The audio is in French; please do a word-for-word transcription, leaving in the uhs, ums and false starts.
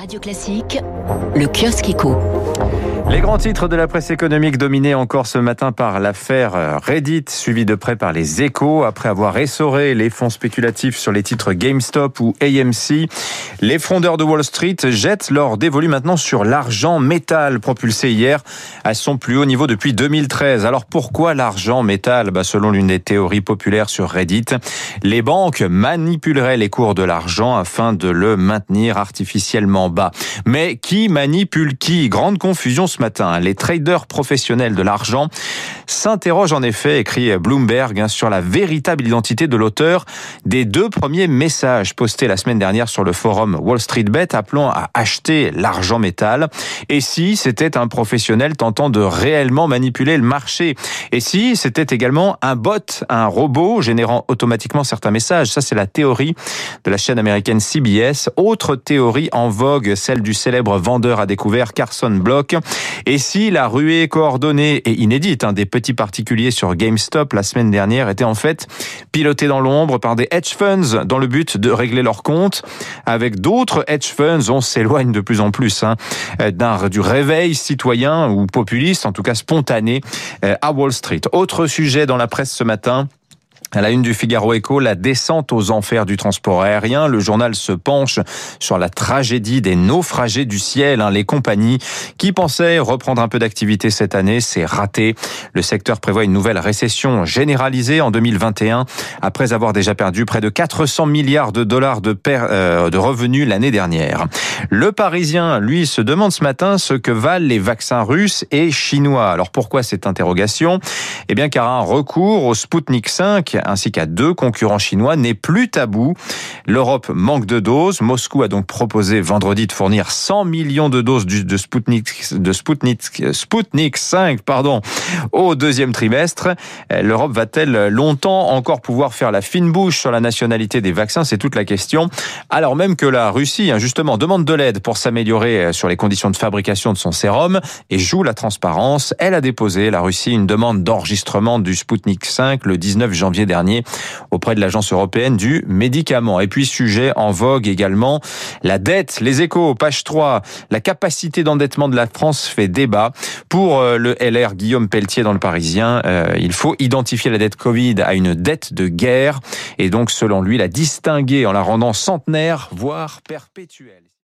Radio Classique, le kiosque éco. Les grands titres de la presse économique dominés encore ce matin par l'affaire Reddit, suivie de près par les Échos. Après avoir essoré les fonds spéculatifs sur les titres GameStop ou A M C, les frondeurs de Wall Street jettent leur dévolu maintenant sur l'argent métal, propulsé hier à son plus haut niveau depuis deux mille treize. Alors pourquoi l'argent métal ? Bah, selon l'une des théories populaires sur Reddit, les banques manipuleraient les cours de l'argent afin de le maintenir artificiellement bas. Mais qui manipule qui ? Grande confusion ce matin. Les traders professionnels de l'argent s'interrogent en effet, écrit Bloomberg, sur la véritable identité de l'auteur des deux premiers messages postés la semaine dernière sur le forum Wall Street Bet appelant à acheter l'argent métal. Et si c'était un professionnel tentant de réellement manipuler le marché ? Et si c'était également un bot, un robot générant automatiquement certains messages ? Ça, c'est la théorie de la chaîne américaine C B S. Autre théorie en vogue, celle du célèbre vendeur à découvert Carson Block. Et si la ruée coordonnée et inédite hein, des petits particuliers sur GameStop la semaine dernière était en fait pilotée dans l'ombre par des hedge funds dans le but de régler leurs comptes avec d'autres hedge funds, on s'éloigne de plus en plus hein, d'un, du réveil citoyen ou populiste, en tout cas spontané, à Wall Street. Autre sujet dans la presse ce matin. À la une du Figaro Écho, la descente aux enfers du transport aérien. Le journal se penche sur la tragédie des naufragés du ciel. Les compagnies qui pensaient reprendre un peu d'activité cette année, c'est raté. Le secteur prévoit une nouvelle récession généralisée en deux mille vingt et un, après avoir déjà perdu près de quatre cents milliards de dollars de, per, euh, de revenus l'année dernière. Le Parisien, lui, se demande ce matin ce que valent les vaccins russes et chinois. Alors pourquoi cette interrogation ? Eh bien car un recours au Sputnik cinq ainsi qu'à deux concurrents chinois n'est plus tabou. L'Europe manque de doses. Moscou a donc proposé vendredi de fournir cent millions de doses de Sputnik, de Sputnik, Sputnik cinq, pardon, au deuxième trimestre. L'Europe va-t-elle longtemps encore pouvoir faire la fine bouche sur la nationalité des vaccins ? C'est toute la question. Alors même que la Russie, justement, demande de l'aide pour s'améliorer sur les conditions de fabrication de son sérum et joue la transparence. Elle a déposé, la Russie, une demande d'enregistrement du Sputnik cinq le dix-neuf janvier dernier auprès de l'Agence européenne du médicament. Et puis, sujet en vogue également, la dette, les Échos, page trois, la capacité d'endettement de la France fait débat. Pour le L R Guillaume Pelletier dans le Parisien, euh, il faut identifier la dette Covid à une dette de guerre et donc, selon lui, la distinguer en la rendant centenaire, voire perpétuelle.